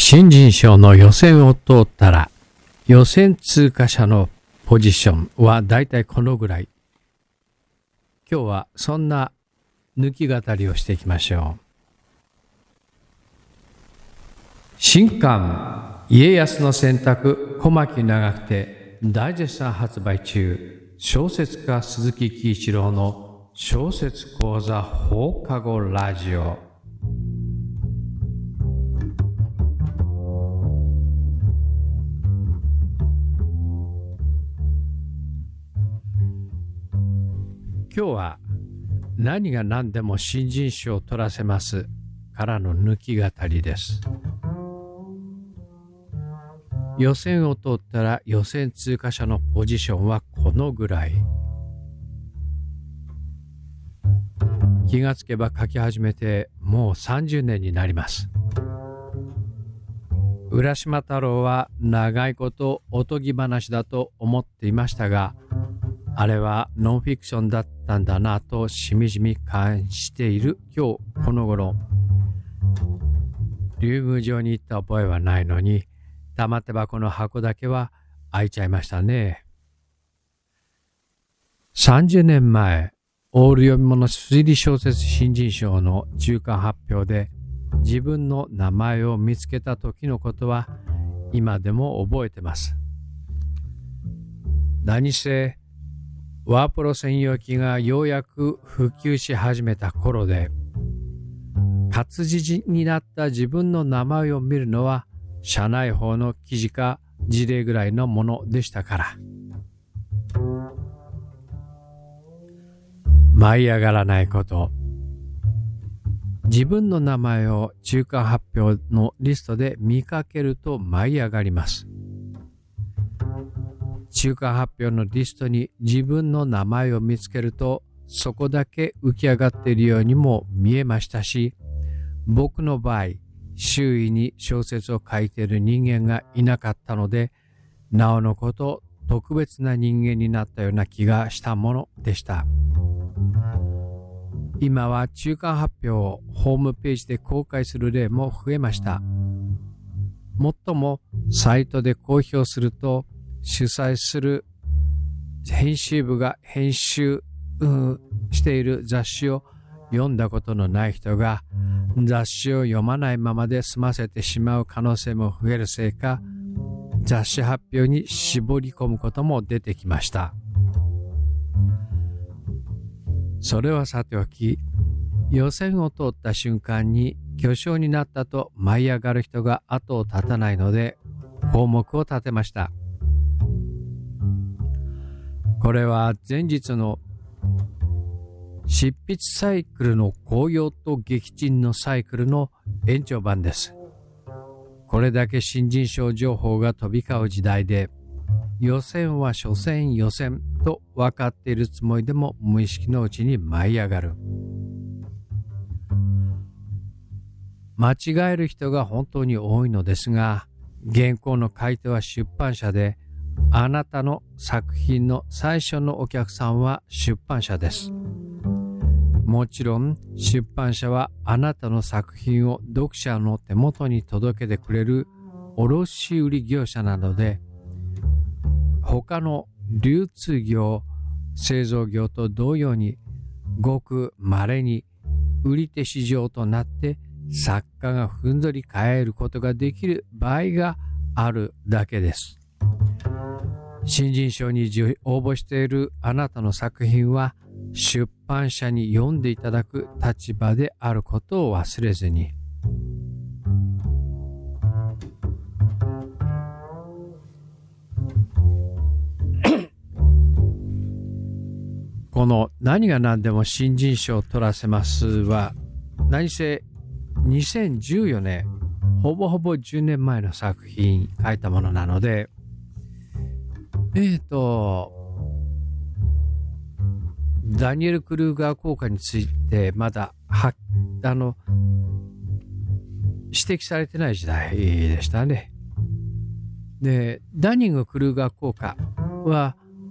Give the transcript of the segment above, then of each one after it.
新人賞の予選を通ったら予選通過者のポジションはだいたいこのぐらい。今日はそんな抜き語りをしていきましょう。新刊家康の選択小牧長久手大絶賛発売中。小説家鈴木喜一郎の小説講座放課後ラジオ。今日は何が何でも新人賞を取らせますからの抜き語りです。予選を通ったら予選通過者のポジションはこのぐらい。気がつけば書き始めてもう30年になります。浦島太郎は長いことおとぎ話だと思っていましたが、あれはノンフィクションだったんだなとしみじみ感じている今日この頃。竜宮城に行った覚えはないのに、玉手箱の箱だけは開いちゃいましたね。30年前、オール読み物推理小説新人賞の中間発表で自分の名前を見つけた時のことは今でも覚えてます。何せワープロ専用機がようやく普及し始めた頃で、活字になった自分の名前を見るのは社内法の記事か事例ぐらいのものでしたから。舞い上がらないこと。自分の名前を中間発表のリストで見かけると舞い上がります。中間発表のリストに自分の名前を見つけると、そこだけ浮き上がっているようにも見えましたし、僕の場合、周囲に小説を書いている人間がいなかったので、なおのこと特別な人間になったような気がしたものでした。今は中間発表をホームページで公開する例も増えました。もっともサイトで公表すると、主催する編集部が編集している雑誌を読んだことのない人が雑誌を読まないままで済ませてしまう可能性も増えるせいか、雑誌発表に絞り込むことも出てきました。それはさておき、予選を通った瞬間に巨匠になったと舞い上がる人が後を絶たないので項目を立てました。これは前日の執筆サイクルの紅葉と撃沈のサイクルの延長版です。これだけ新人賞情報が飛び交う時代で、予選は所詮予選と分かっているつもりでも無意識のうちに舞い上がる。間違える人が本当に多いのですが、原稿の書い手は出版社で、あなたの作品の最初のお客さんは出版社です。もちろん出版社はあなたの作品を読者の手元に届けてくれる卸売業者なので、他の流通業、製造業と同様にごく稀に売り手市場となって作家がふんぞり返ることができる場合があるだけです。新人賞に応募しているあなたの作品は出版社に読んでいただく立場であることを忘れずに。この何が何でも新人賞を取らせますは、何せ2014年、ほぼほぼ10年前の作品書いたものなので、ダニエル・クルーガー効果についてまだ指摘されてない時代でしたね。で、ダニング・クルーガー効果は、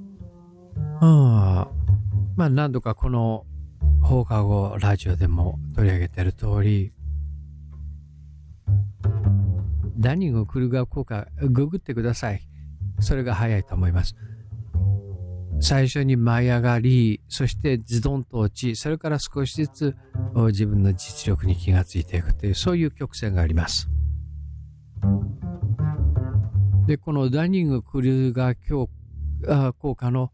何度かこの放課後ラジオでも取り上げている通り、 ダニング・クルーガー効果ググってください。それが早いと思います。最初に舞い上がり、そしてズドンと落ち、それから少しずつ自分の実力に気がついていくという、そういう曲線があります。で、このダニング・クルーガー効果の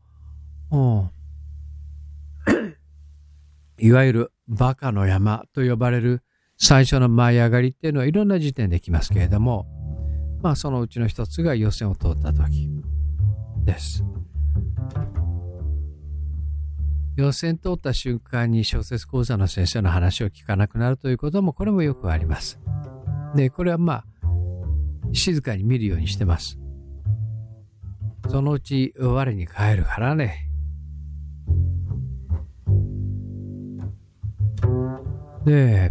いわゆるバカの山と呼ばれる最初の舞い上がりっていうのはいろんな時点できますけれども、そのうちの一つが予選を通った時です。予選通った瞬間に小説講座の先生の話を聞かなくなるということもこれもよくあります。で、これは静かに見るようにしてます。そのうち我に返るからね。で、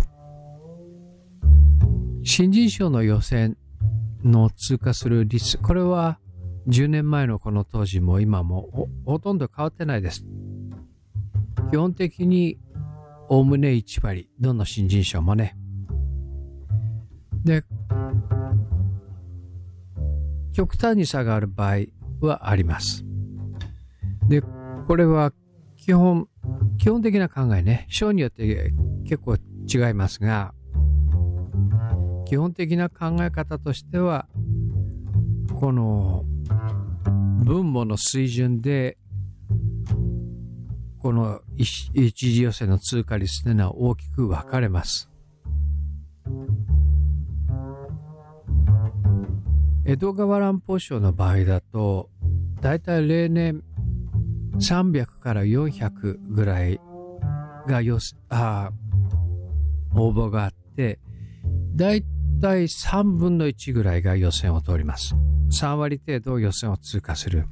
新人賞の予選の通過する率、これは10年前のこの当時も今も ほとんど変わってないです。基本的におおむね1割、どの新人賞もね。で、極端に差がある場合はあります。で、これは基本的な考えね、賞によって結構違いますが、基本的な考え方としては、この分母の水準でこの一次予選の通過率というのは大きく分かれます。江戸川乱歩賞の場合だと、だいたい例年300から400ぐらいが応募があって、だいたい3分の1ぐらいが予選を通ります。3割程度予選を通過する。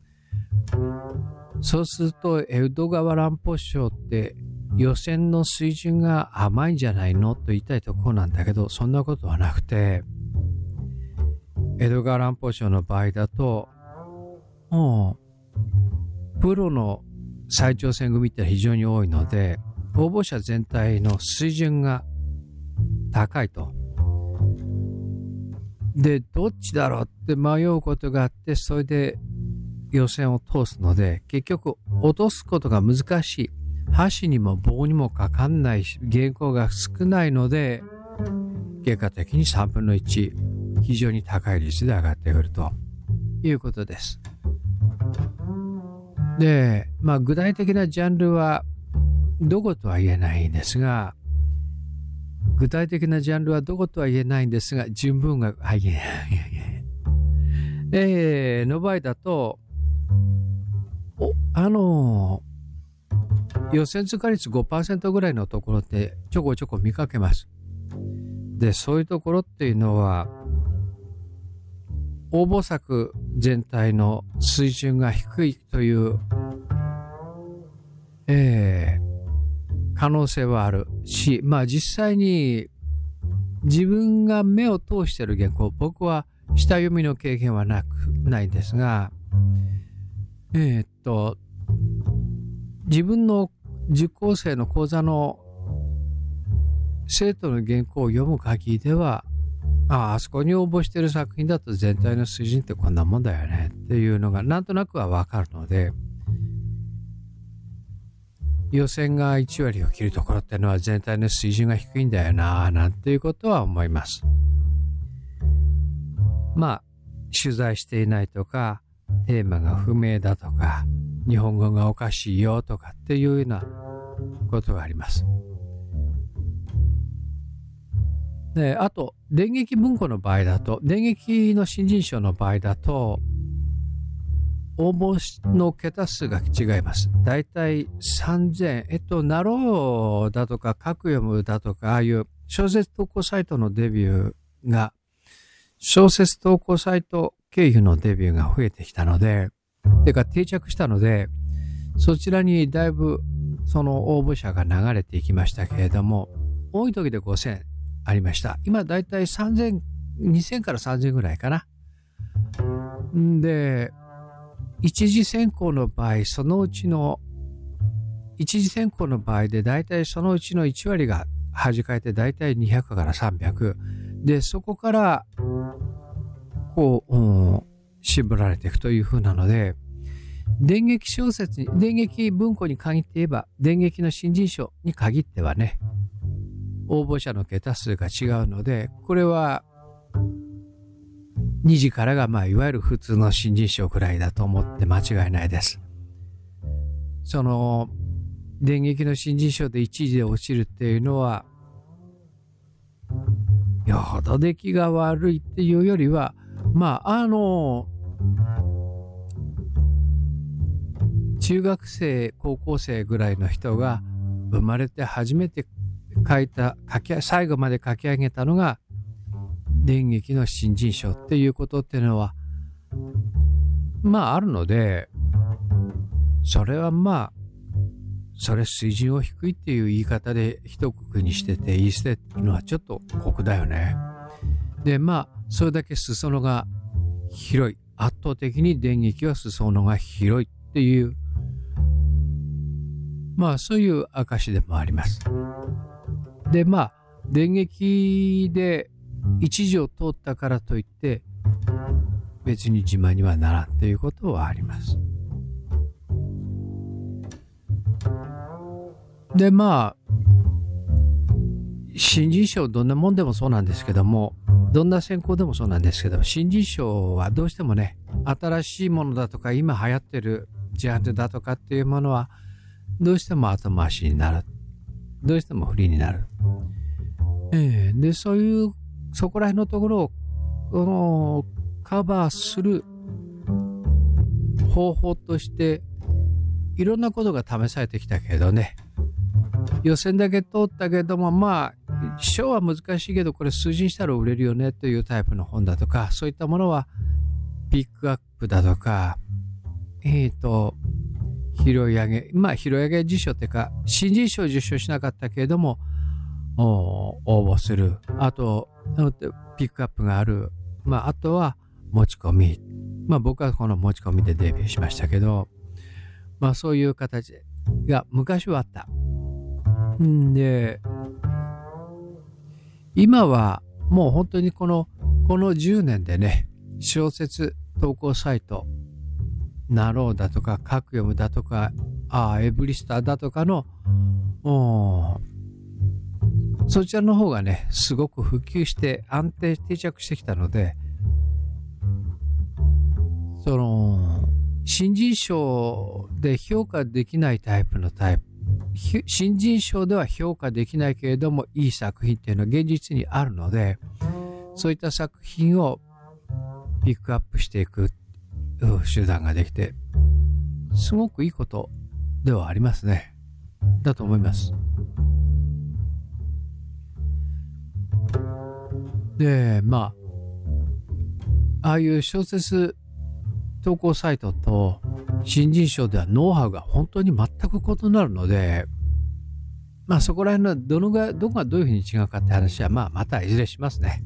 そうすると江戸川乱歩賞って予選の水準が甘いんじゃないのと言いたいところなんだけど、そんなことはなくて、江戸川乱歩賞の場合だともうプロの再挑戦組って非常に多いので、応募者全体の水準が高いと。で、どっちだろうって迷うことがあって、それで予選を通すので、結局落とすことが難しい。箸にも棒にもかかんないし、原稿が少ないので、結果的に3分の1、非常に高い率で上がってくるということです。で、具体的なジャンルはどことは言えないんですが、順文がの場合だと、予選通過率 5% ぐらいのところってちょこちょこ見かけます。で、そういうところっていうのは、応募作全体の水準が低いという、可能性はあるし、実際に自分が目を通している原稿、僕は下読みの経験はないんですが、自分の受講生の講座の生徒の原稿を読む限りでは、あそこに応募している作品だと全体の水準ってこんなもんだよねっていうのがなんとなくはわかるので、予選が1割を切るところっていうのは全体の水準が低いんだよななんていうことは思います。取材していないとか、テーマが不明だとか、日本語がおかしいよとかっていうようなことがあります。で、あと電撃文庫の場合だと、電撃の新人賞の場合だと応募の桁数が違います。だいたい3000、ナローだとか書く読むだとか、ああいう小説投稿サイトのデビューが、小説投稿サイト経由のデビューが増えてきたので、定着したので、そちらにだいぶその応募者が流れていきましたけれども、多い時で5000ありました。今だいたい2000から3000ぐらいかな。で、一次選考の場合、一次選考の場合でだいたいそのうちの1割が弾かれてだいたい200から300。で、そこからこう、絞られていくという風なので、電撃文庫に限って言えば、電撃の新人賞に限ってはね、応募者の桁数が違うので、これは2次からがいわゆる普通の新人賞くらいだと思って間違いないです。その電撃の新人賞で1次で落ちるっていうのは、よほど出来が悪いっていうよりは、中学生高校生ぐらいの人が生まれて初めて最後まで書き上げたのが電撃の新人賞っていうことっていうのはあるので、それはそれ水準を低いっていう言い方で一括りにしてて言い捨てるのはちょっと酷だよね。でそれだけ裾野が広い、圧倒的に電撃は裾野が広いっていうそういう証でもあります。で電撃で一次を通ったからといって別に自慢にはならんということはあります。で新人賞どんなもんでもそうなんですけども、どんな選考でもそうなんですけど、新人賞はどうしてもね、新しいものだとか今流行ってるジャンルだとかっていうものはどうしても後回しになる、どうしても不利になる。でそこら辺のところをカバーする方法としていろんなことが試されてきたけどね、予選だけ通ったけども賞は難しいけどこれ数字にしたら売れるよねというタイプの本だとか、そういったものはピックアップだとか拾い上げ、拾い上げ受賞っていうか新人賞を受賞しなかったけれども応募する、あとピックアップがある、あとは持ち込み、僕はこの持ち込みでデビューしましたけど、そういう形が昔はあった。で今はもう本当にこの10年でね、小説投稿サイトナローだとか各読むだとかエブリスターだとかのそちらの方がねすごく普及して安定定着してきたので、新人賞で評価できないタイプ、新人賞では評価できないけれどもいい作品っていうのは現実にあるので、そういった作品をピックアップしていく手段ができてすごくいいことではありますね。だと思います。でああいう小説投稿サイトと新人賞ではノウハウが本当に全く異なるので、そこら辺のどこがどういうふうに違うかって話はまたいずれしますね。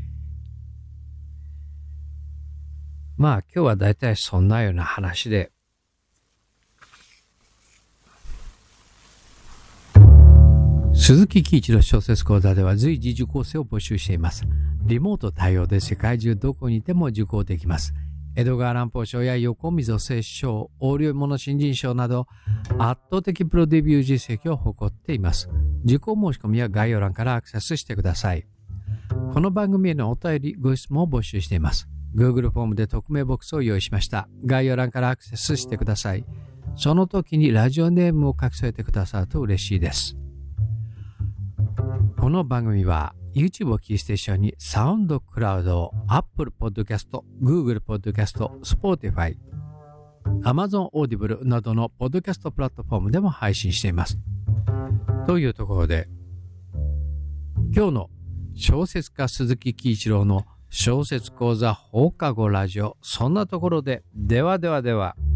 今日はだいたいそんなような話で、鈴木喜一の小説講座では随時受講生を募集しています。リモート対応で世界中どこにいても受講できます。江戸川乱歩賞や横溝正史賞、横領物新人賞など圧倒的プロデビュー実績を誇っています。受講申し込みは概要欄からアクセスしてください。この番組へのお便り、ご質問を募集しています。Google フォームで匿名ボックスを用意しました。概要欄からアクセスしてください。その時にラジオネームを書き添えてくださると嬉しいです。この番組は YouTube をキーステーションにサウンドクラウド、Apple Podcast、Google Podcast、Spotify、Amazon Audible などのポッドキャストプラットフォームでも配信しています。というところで、今日の小説家鈴木喜一郎の小説講座放課後ラジオ、そんなところで、ではではでは。